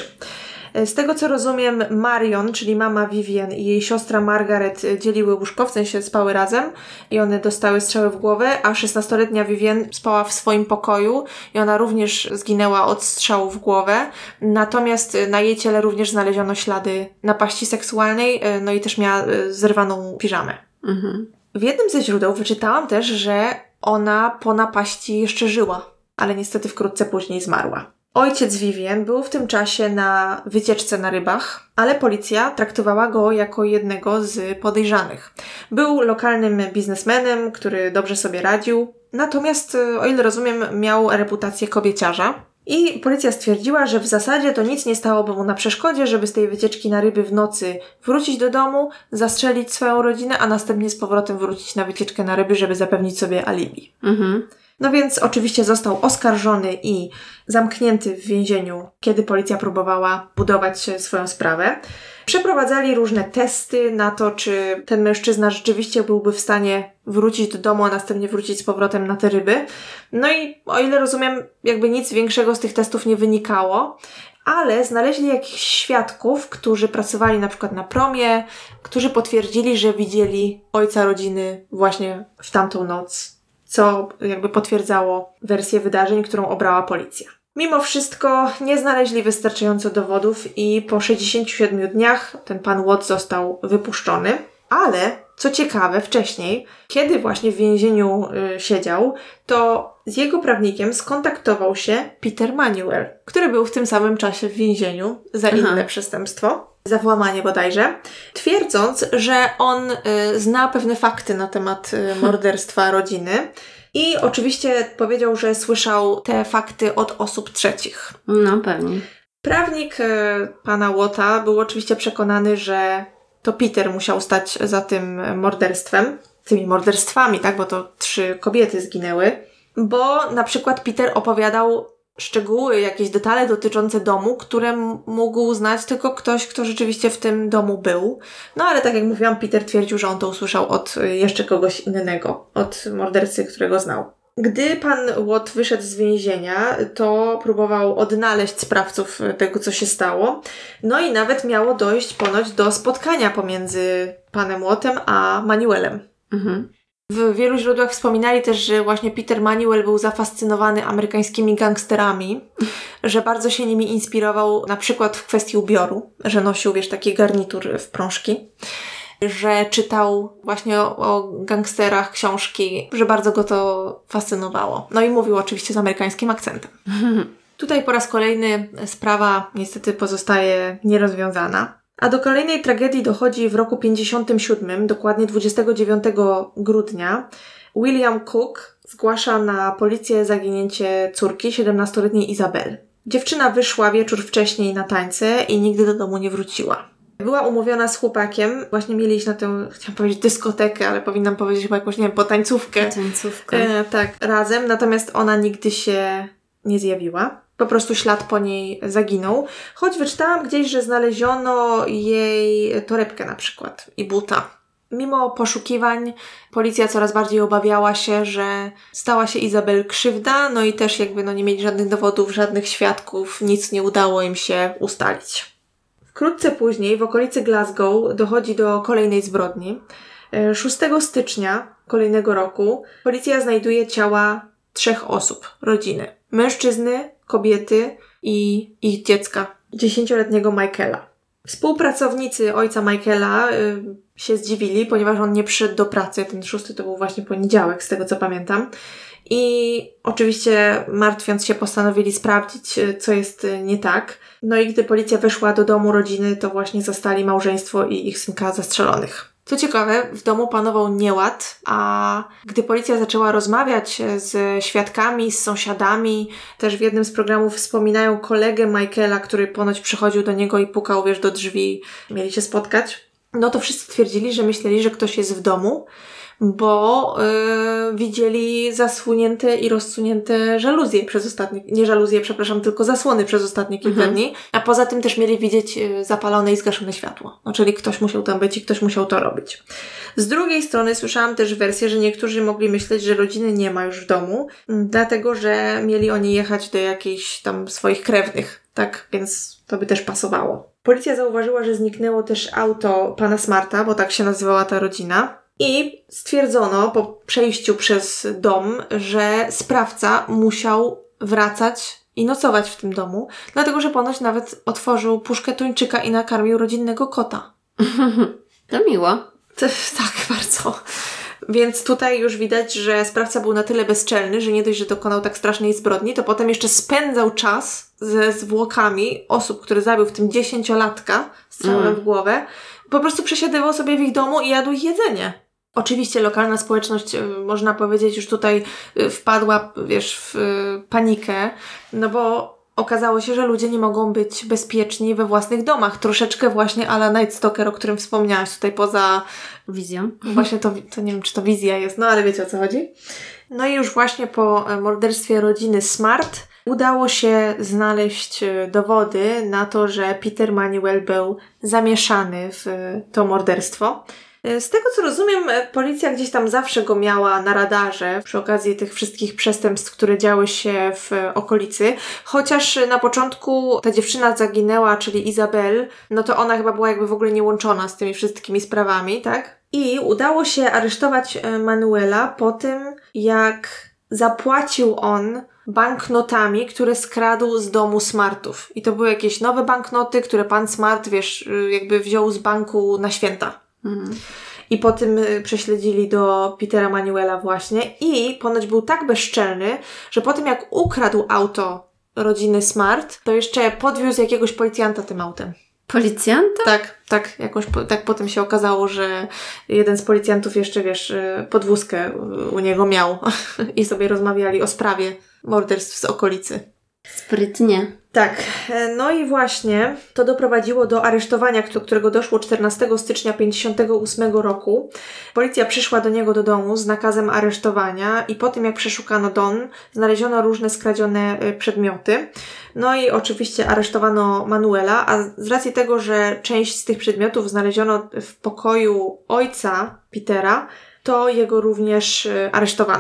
Z tego co rozumiem, Marion, czyli mama Vivian i jej siostra Margaret dzieliły łóżko, w sensie spały razem i one dostały strzały w głowę, a szesnastoletnia Vivian spała w swoim pokoju i ona również zginęła od strzału w głowę. Natomiast na jej ciele również znaleziono ślady napaści seksualnej, no i też miała zerwaną piżamę. Mhm. W jednym ze źródeł wyczytałam też, że ona po napaści jeszcze żyła, ale niestety wkrótce później zmarła. Ojciec Vivian był w tym czasie na wycieczce na rybach, ale policja traktowała go jako jednego z podejrzanych. Był lokalnym biznesmenem, który dobrze sobie radził, natomiast, o ile rozumiem, miał reputację kobieciarza. I policja stwierdziła, że w zasadzie to nic nie stałoby mu na przeszkodzie, żeby z tej wycieczki na ryby w nocy wrócić do domu, zastrzelić swoją rodzinę, a następnie z powrotem wrócić na wycieczkę na ryby, żeby zapewnić sobie alibi. Mhm. No więc oczywiście został oskarżony i zamknięty w więzieniu, kiedy policja próbowała budować swoją sprawę. Przeprowadzali różne testy na to, czy ten mężczyzna rzeczywiście byłby w stanie wrócić do domu, a następnie wrócić z powrotem na te ryby. No i o ile rozumiem, jakby nic większego z tych testów nie wynikało, ale znaleźli jakichś świadków, którzy pracowali na przykład na promie, którzy potwierdzili, że widzieli ojca rodziny właśnie w tamtą noc, co jakby potwierdzało wersję wydarzeń, którą obrała policja. Mimo wszystko nie znaleźli wystarczająco dowodów i po sześćdziesięciu siedmiu dniach ten pan Watt został wypuszczony, ale co ciekawe, wcześniej, kiedy właśnie w więzieniu y, siedział, to z jego prawnikiem skontaktował się Peter Manuel, który był w tym samym czasie w więzieniu za inne Aha. przestępstwo, za włamanie bodajże, twierdząc, że on y, zna pewne fakty na temat y, morderstwa rodziny. I oczywiście powiedział, że słyszał te fakty od osób trzecich. No pewnie. Prawnik e, pana Watta był oczywiście przekonany, że to Peter musiał stać za tym morderstwem. Tymi morderstwami, tak? Bo to trzy kobiety zginęły. Bo na przykład Peter opowiadał szczegóły, jakieś detale dotyczące domu, które mógł znać tylko ktoś, kto rzeczywiście w tym domu był. No ale tak jak mówiłam, Peter twierdził, że on to usłyszał od jeszcze kogoś innego, od mordercy, którego znał. Gdy pan Watt wyszedł z więzienia, to próbował odnaleźć sprawców tego, co się stało. No i nawet miało dojść ponoć do spotkania pomiędzy panem Wattem a Manuelem. Mhm. W wielu źródłach wspominali też, że właśnie Peter Manuel był zafascynowany amerykańskimi gangsterami, że bardzo się nimi inspirował na przykład w kwestii ubioru, że nosił, wiesz, taki garnitur w prążki, że czytał właśnie o, o gangsterach książki, że bardzo go to fascynowało. No i mówił oczywiście z amerykańskim akcentem. Tutaj po raz kolejny sprawa niestety pozostaje nierozwiązana. A do kolejnej tragedii dochodzi w roku pięćdziesiątym siódmym, dokładnie dwudziestego dziewiątego grudnia. William Cook zgłasza na policję zaginięcie córki, siedemnastoletniej Izabel. Dziewczyna wyszła wieczór wcześniej na tańce i nigdy do domu nie wróciła. Była umówiona z chłopakiem, właśnie mieli iść na tę, chciałam powiedzieć dyskotekę, ale powinnam powiedzieć chyba jakąś, nie wiem, potańcówkę. Potańcówkę. E, tak, razem, natomiast ona nigdy się nie zjawiła. Po prostu ślad po niej zaginął. Choć wyczytałam gdzieś, że znaleziono jej torebkę na przykład i buta. Mimo poszukiwań policja coraz bardziej obawiała się, że stała się Izabel krzywda, no i też jakby no nie mieli żadnych dowodów, żadnych świadków, nic nie udało im się ustalić. Wkrótce później w okolicy Glasgow dochodzi do kolejnej zbrodni. szóstego stycznia kolejnego roku policja znajduje ciała trzech osób, rodziny. Mężczyzny, kobiety i ich dziecka, dziesięcioletniego Michaela. Współpracownicy ojca Michaela y, się zdziwili, ponieważ on nie przyszedł do pracy. Ten szósty to był właśnie poniedziałek, z tego co pamiętam. I oczywiście martwiąc się postanowili sprawdzić, co jest nie tak. No i gdy policja weszła do domu rodziny, to właśnie zastali małżeństwo i ich synka zastrzelonych. Co ciekawe, w domu panował nieład, a gdy policja zaczęła rozmawiać z świadkami, z sąsiadami, też w jednym z programów wspominają kolegę Michaela, który ponoć przychodził do niego i pukał, wiesz, do drzwi, mieli się spotkać, no to wszyscy twierdzili, że myśleli, że ktoś jest w domu, bo yy, widzieli zasłonięte i rozsunięte żaluzje przez ostatnie, nie żaluzje, przepraszam, tylko zasłony przez ostatnie kilka mhm. dni, a poza tym też mieli widzieć yy, zapalone i zgaszone światło. No, czyli ktoś musiał tam być i ktoś musiał to robić. Z drugiej strony słyszałam też wersję, że niektórzy mogli myśleć, że rodziny nie ma już w domu, dlatego, że mieli oni jechać do jakichś tam swoich krewnych, tak? Więc to by też pasowało. Policja zauważyła, że zniknęło też auto pana Smarta, bo tak się nazywała ta rodzina. I stwierdzono po przejściu przez dom, że sprawca musiał wracać i nocować w tym domu, dlatego że ponoć nawet otworzył puszkę tuńczyka i nakarmił rodzinnego kota. To miło. To, tak, bardzo. Więc tutaj już widać, że sprawca był na tyle bezczelny, że nie dość, że dokonał tak strasznej zbrodni, to potem jeszcze spędzał czas ze zwłokami osób, które zabił, w tym dziesięciolatka strzałem mm. w głowę. Po prostu przesiadywał sobie w ich domu i jadł ich jedzenie. Oczywiście lokalna społeczność, można powiedzieć, już tutaj wpadła, wiesz, w panikę, no bo okazało się, że ludzie nie mogą być bezpieczni we własnych domach. Troszeczkę właśnie a la Night Stalker, o którym wspomniałaś tutaj poza wizją. Właśnie to, to nie wiem, czy to wizja jest, no ale wiecie, o co chodzi. No i już właśnie po morderstwie rodziny Smart udało się znaleźć dowody na to, że Peter Manuel był zamieszany w to morderstwo. Z tego co rozumiem, policja gdzieś tam zawsze go miała na radarze przy okazji tych wszystkich przestępstw, które działy się w okolicy. Chociaż na początku ta dziewczyna zaginęła, czyli Izabel, no to ona chyba była jakby w ogóle niełączona z tymi wszystkimi sprawami, tak? I udało się aresztować Manuela po tym, jak zapłacił on banknotami, które skradł z domu Smartów. I to były jakieś nowe banknoty, które pan Smart, wiesz, jakby wziął z banku na święta. Mhm. I po tym prześledzili do Petera Manuela właśnie i ponoć był tak bezczelny, że po tym jak ukradł auto rodziny Smart, to jeszcze podwiózł jakiegoś policjanta tym autem. Policjanta? Tak, tak, jakoś po, tak potem się okazało, że jeden z policjantów jeszcze, wiesz, podwózkę u niego miał i sobie rozmawiali o sprawie morderstw z okolicy. Sprytnie. Tak, no i właśnie to doprowadziło do aresztowania, do którego doszło czternastego stycznia pięćdziesiątego ósmego roku. Policja przyszła do niego do domu z nakazem aresztowania i po tym jak przeszukano dom, znaleziono różne skradzione przedmioty. No i oczywiście aresztowano Manuela, a z racji tego, że część z tych przedmiotów znaleziono w pokoju ojca Petera, to jego również aresztowano.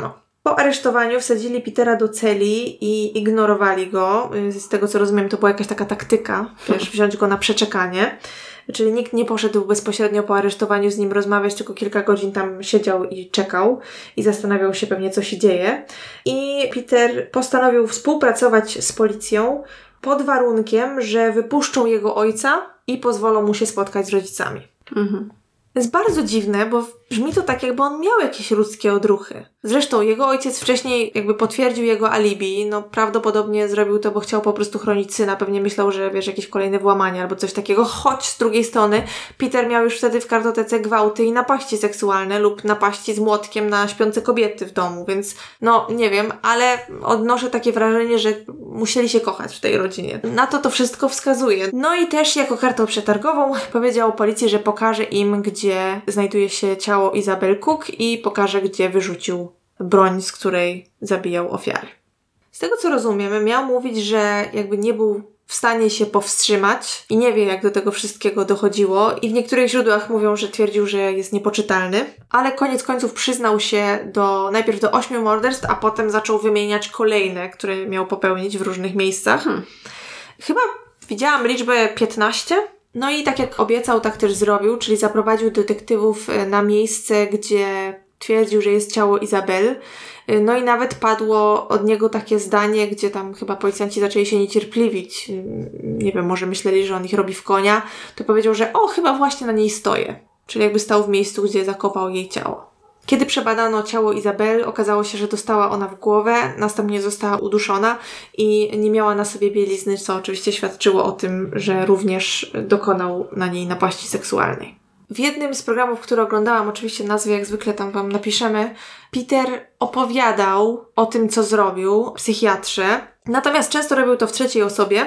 Po aresztowaniu wsadzili Petera do celi i ignorowali go. Z tego co rozumiem, to była jakaś taka taktyka, wiesz, wziąć go na przeczekanie. Czyli nikt nie poszedł bezpośrednio po aresztowaniu z nim rozmawiać, tylko kilka godzin tam siedział i czekał i zastanawiał się pewnie, co się dzieje. I Peter postanowił współpracować z policją pod warunkiem, że wypuszczą jego ojca i pozwolą mu się spotkać z rodzicami. Mhm. To jest bardzo dziwne, bo brzmi to tak, jakby on miał jakieś ludzkie odruchy. Zresztą jego ojciec wcześniej jakby potwierdził jego alibi, no prawdopodobnie zrobił to, bo chciał po prostu chronić syna, pewnie myślał, że wiesz, jakieś kolejne włamanie albo coś takiego, choć z drugiej strony Peter miał już wtedy w kartotece gwałty i napaści seksualne lub napaści z młotkiem na śpiące kobiety w domu, więc no nie wiem, ale odnoszę takie wrażenie, że musieli się kochać w tej rodzinie. Na to to wszystko wskazuje. No i też jako kartą przetargową powiedział policji, że pokaże im, gdzie znajduje się ciało Isabel Cook i pokaże, gdzie wyrzucił broń, z której zabijał ofiary. Z tego co rozumiem, miał mówić, że jakby nie był w stanie się powstrzymać i nie wie, jak do tego wszystkiego dochodziło i w niektórych źródłach mówią, że twierdził, że jest niepoczytalny, ale koniec końców przyznał się do najpierw do ośmiu morderstw, a potem zaczął wymieniać kolejne, które miał popełnić w różnych miejscach. Hmm. Chyba widziałam liczbę piętnaście. No i tak jak obiecał, tak też zrobił, czyli zaprowadził detektywów na miejsce, gdzie twierdził, że jest ciało Isabel. No i nawet padło od niego takie zdanie, gdzie tam chyba policjanci zaczęli się niecierpliwić. Nie wiem, może myśleli, że on ich robi w konia. To powiedział, że o, chyba właśnie na niej stoję. Czyli jakby stał w miejscu, gdzie zakopał jej ciało. Kiedy przebadano ciało Isabel, okazało się, że dostała ona w głowę, następnie została uduszona i nie miała na sobie bielizny, co oczywiście świadczyło o tym, że również dokonał na niej napaści seksualnej. W jednym z programów, które oglądałam, oczywiście nazwy jak zwykle tam wam napiszemy, Peter opowiadał o tym, co zrobił psychiatrze, natomiast często robił to w trzeciej osobie,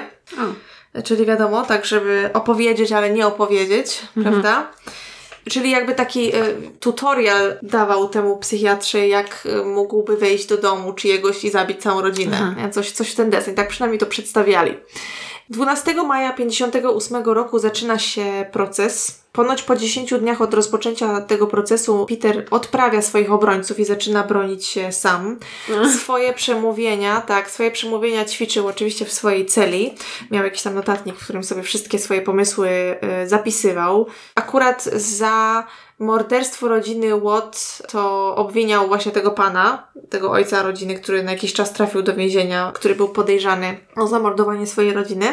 o. czyli wiadomo, tak żeby opowiedzieć, ale nie opowiedzieć, mhm. prawda? Czyli jakby taki y, tutorial dawał temu psychiatrze, jak y, mógłby wejść do domu czyjegoś i zabić całą rodzinę. Ja, coś, coś w ten deseń. Tak przynajmniej to przedstawiali. dwunastego maja pięćdziesiątego ósmego roku zaczyna się proces. Ponoć po dziesięciu dniach od rozpoczęcia tego procesu Peter odprawia swoich obrońców i zaczyna bronić się sam. Swoje przemówienia, tak, swoje przemówienia ćwiczył oczywiście w swojej celi. Miał jakiś tam notatnik, w którym sobie wszystkie swoje pomysły y, zapisywał. Akurat za morderstwo rodziny Watt to obwiniał właśnie tego pana, tego ojca rodziny, który na jakiś czas trafił do więzienia, który był podejrzany o zamordowanie swojej rodziny.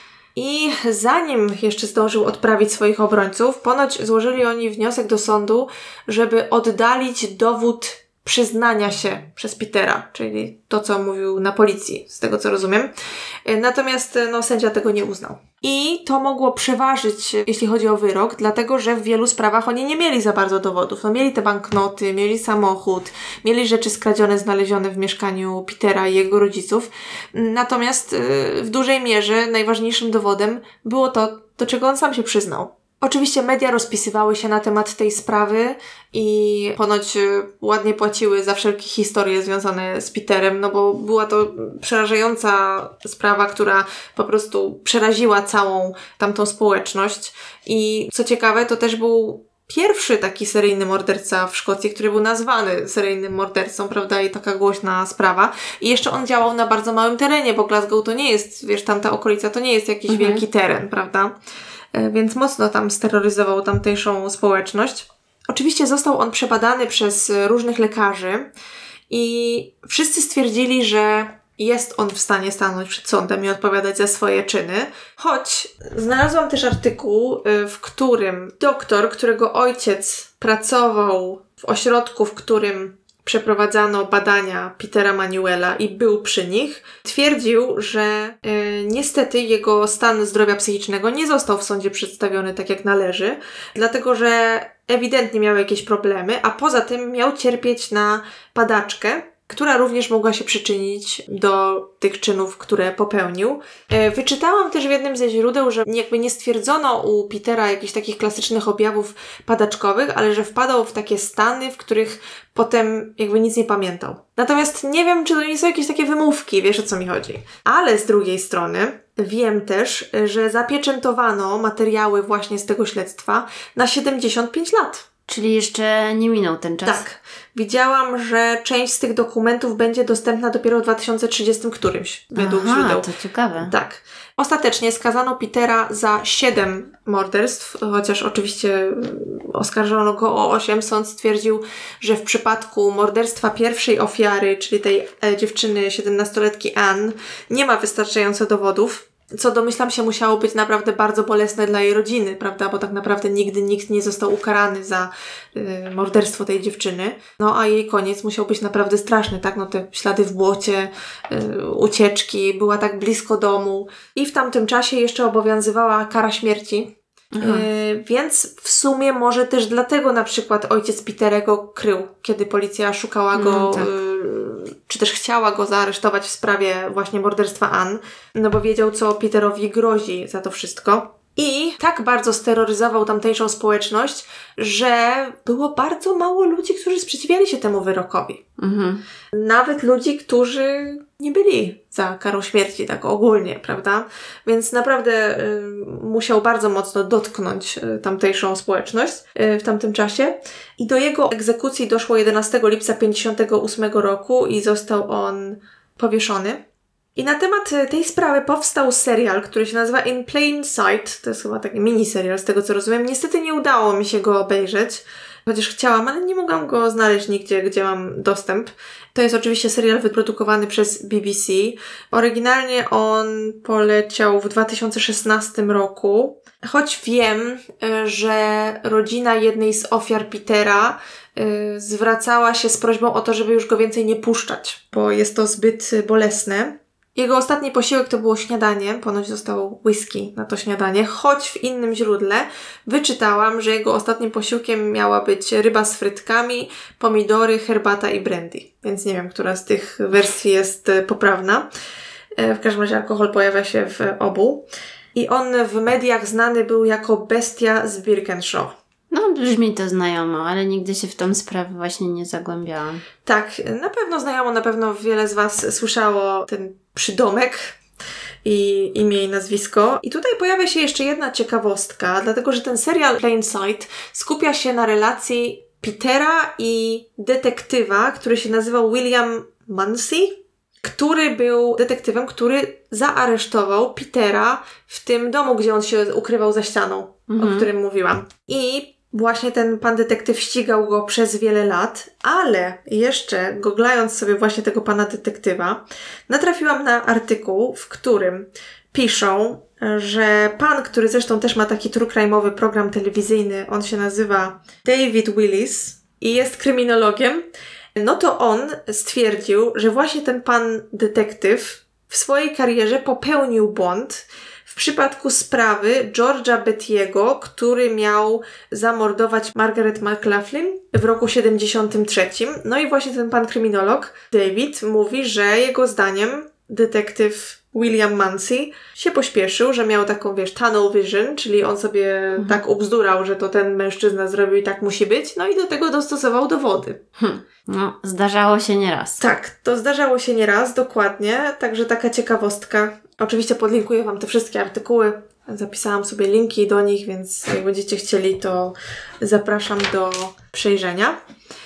I zanim jeszcze zdążył odprawić swoich obrońców, ponoć złożyli oni wniosek do sądu, żeby oddalić dowód przyznania się przez Petera, czyli to, co mówił na policji, z tego co rozumiem. Natomiast no, sędzia tego nie uznał. I to mogło przeważyć, jeśli chodzi o wyrok, dlatego, że w wielu sprawach oni nie mieli za bardzo dowodów. No, mieli te banknoty, mieli samochód, mieli rzeczy skradzione, znalezione w mieszkaniu Petera i jego rodziców. Natomiast yy, w dużej mierze najważniejszym dowodem było to, do czego on sam się przyznał. Oczywiście media rozpisywały się na temat tej sprawy i ponoć ładnie płaciły za wszelkie historie związane z Peterem, no bo była to przerażająca sprawa, która po prostu przeraziła całą tamtą społeczność. I co ciekawe, to też był pierwszy taki seryjny morderca w Szkocji, który był nazwany seryjnym mordercą, prawda, i taka głośna sprawa. I jeszcze on działał na bardzo małym terenie, bo Glasgow to nie jest, wiesz, tamta okolica to nie jest jakiś mhm. wielki teren, prawda? Więc mocno tam steroryzował tamtejszą społeczność. Oczywiście został on przebadany przez różnych lekarzy i wszyscy stwierdzili, że jest on w stanie stanąć przed sądem i odpowiadać za swoje czyny. Choć znalazłam też artykuł, w którym doktor, którego ojciec pracował w ośrodku, w którym przeprowadzano badania Petera Manuela i był przy nich, twierdził, że y, niestety jego stan zdrowia psychicznego nie został w sądzie przedstawiony tak jak należy, dlatego że ewidentnie miał jakieś problemy, a poza tym miał cierpieć na padaczkę, która również mogła się przyczynić do tych czynów, które popełnił. Wyczytałam też w jednym ze źródeł, że jakby nie stwierdzono u Petera jakichś takich klasycznych objawów padaczkowych, ale że wpadał w takie stany, w których potem jakby nic nie pamiętał. Natomiast nie wiem, czy to nie są jakieś takie wymówki, wiesz o co mi chodzi. Ale z drugiej strony wiem też, że zapieczętowano materiały właśnie z tego śledztwa na siedemdziesiąt pięć lat. Czyli jeszcze nie minął ten czas. Tak. Widziałam, że część z tych dokumentów będzie dostępna dopiero w dwa tysiące trzydziestym którymś, według Aha, źródeł. to ciekawe. Tak. Ostatecznie skazano Petera za siedem morderstw, chociaż oczywiście oskarżono go o osiem. Sąd stwierdził, że w przypadku morderstwa pierwszej ofiary, czyli tej e, dziewczyny siedemnastoletki Ann, nie ma wystarczająco dowodów, co domyślam się musiało być naprawdę bardzo bolesne dla jej rodziny, prawda, bo tak naprawdę nigdy nikt nie został ukarany za y, morderstwo tej dziewczyny, no a jej koniec musiał być naprawdę straszny, tak, no te ślady w błocie, y, ucieczki, była tak blisko domu i w tamtym czasie jeszcze obowiązywała kara śmierci. Yy, więc w sumie może też dlatego na przykład ojciec Petera go krył, kiedy policja szukała go, no, tak. yy, czy też chciała go zaaresztować w sprawie właśnie morderstwa Ann, no bo wiedział, co Peterowi grozi za to wszystko. I tak bardzo steroryzował tamtejszą społeczność, że było bardzo mało ludzi, którzy sprzeciwiali się temu wyrokowi. Mhm. Nawet ludzi, którzy nie byli za karą śmierci, tak ogólnie, prawda? Więc naprawdę y, musiał bardzo mocno dotknąć y, tamtejszą społeczność y, w tamtym czasie. I do jego egzekucji doszło jedenastego lipca pięćdziesiątego ósmego roku i został on powieszony. I na temat tej sprawy powstał serial, który się nazywa In Plain Sight. To jest chyba taki mini serial, z tego co rozumiem. Niestety nie udało mi się go obejrzeć, chociaż chciałam, ale nie mogłam go znaleźć nigdzie, gdzie mam dostęp. To jest oczywiście serial wyprodukowany przez B B C. Oryginalnie on poleciał w dwa tysiące szesnastym roku. Choć wiem, że rodzina jednej z ofiar Petera y, zwracała się z prośbą o to, żeby już go więcej nie puszczać, bo jest to zbyt bolesne. Jego ostatni posiłek to było śniadanie, ponoć dostał whisky na to śniadanie, choć w innym źródle wyczytałam, że jego ostatnim posiłkiem miała być ryba z frytkami, pomidory, herbata i brandy. Więc nie wiem, która z tych wersji jest poprawna. W każdym razie alkohol pojawia się w obu. I on w mediach znany był jako bestia z Birkenshaw. No, brzmi to znajomo, ale nigdy się w tą sprawę właśnie nie zagłębiałam. Tak, na pewno znajomo, na pewno wiele z Was słyszało ten przydomek i imię i nazwisko. I tutaj pojawia się jeszcze jedna ciekawostka, dlatego że ten serial Plain Sight skupia się na relacji Petera i detektywa, który się nazywał William Munsey, który był detektywem, który zaaresztował Petera w tym domu, gdzie on się ukrywał za ścianą, mhm. o którym mówiłam. I właśnie ten pan detektyw ścigał go przez wiele lat, ale jeszcze googlając sobie właśnie tego pana detektywa, natrafiłam na artykuł, w którym piszą, że pan, który zresztą też ma taki true crime'owy program telewizyjny, on się nazywa David Willis i jest kryminologiem, no to on stwierdził, że właśnie ten pan detektyw w swojej karierze popełnił błąd w przypadku sprawy George'a Bettiego, który miał zamordować Margaret McLaughlin w roku siedemdziesiątym trzecim. No i właśnie ten pan kryminolog, David, mówi, że jego zdaniem detektyw William Munsey się pośpieszył, że miał taką, wiesz, tunnel vision, czyli on sobie mhm. tak ubzdurał, że to ten mężczyzna zrobił i tak musi być, no i do tego dostosował dowody. Hm. No, zdarzało się nieraz. Tak, to zdarzało się nieraz, dokładnie, także taka ciekawostka. Oczywiście podlinkuję Wam te wszystkie artykuły, zapisałam sobie linki do nich, więc jak będziecie chcieli, to zapraszam do przejrzenia.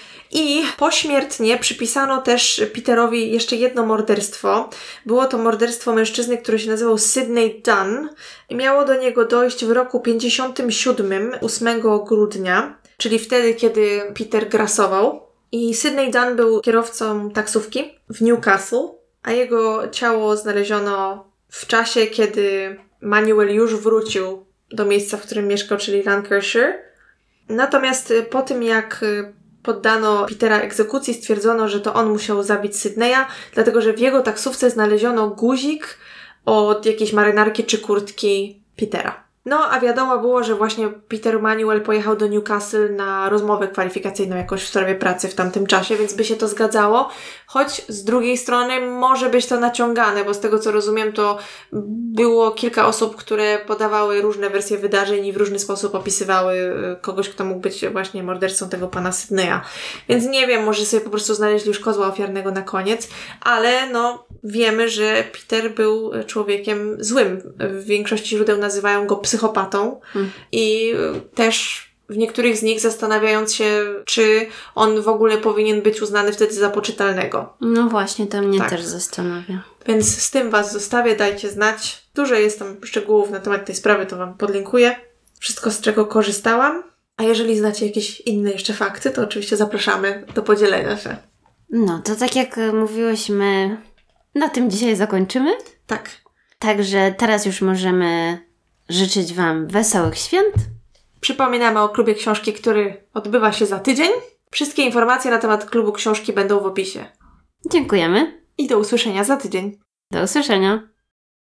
I pośmiertnie przypisano też Peterowi jeszcze jedno morderstwo. Było to morderstwo mężczyzny, który się nazywał Sydney Dunn. I miało do niego dojść w roku pięćdziesiątym siódmym, ósmego grudnia, czyli wtedy, kiedy Peter grasował. I Sydney Dunn był kierowcą taksówki w Newcastle, a jego ciało znaleziono w czasie, kiedy Manuel już wrócił do miejsca, w którym mieszkał, czyli Lancashire. Natomiast po tym, jak poddano Petera egzekucji, stwierdzono, że to on musiał zabić Sydneya, dlatego że w jego taksówce znaleziono guzik od jakiejś marynarki czy kurtki Petera. No, a wiadomo było, że właśnie Peter Manuel pojechał do Newcastle na rozmowę kwalifikacyjną jakoś w sprawie pracy w tamtym czasie, więc by się to zgadzało. Choć z drugiej strony może być to naciągane, bo z tego co rozumiem, to było kilka osób, które podawały różne wersje wydarzeń i w różny sposób opisywały kogoś, kto mógł być właśnie mordercą tego pana Sydneya. Więc nie wiem, może sobie po prostu znaleźli już kozła ofiarnego na koniec, ale no wiemy, że Peter był człowiekiem złym. W większości źródeł nazywają go psychopatą hmm. i też w niektórych z nich zastanawiając się, czy on w ogóle powinien być uznany wtedy za poczytalnego. No właśnie, to mnie Tak. też zastanawia. Więc z tym Was zostawię, dajcie znać. Dużo jest tam szczegółów na temat tej sprawy, to Wam podlinkuję. Wszystko, z czego korzystałam. A jeżeli znacie jakieś inne jeszcze fakty, to oczywiście zapraszamy do podzielenia się. No, to tak jak mówiłyśmy, na tym dzisiaj zakończymy. Tak. Także teraz już możemy życzyć Wam wesołych świąt. Przypominamy o klubie książki, który odbywa się za tydzień. Wszystkie informacje na temat klubu książki będą w opisie. Dziękujemy. I do usłyszenia za tydzień. Do usłyszenia.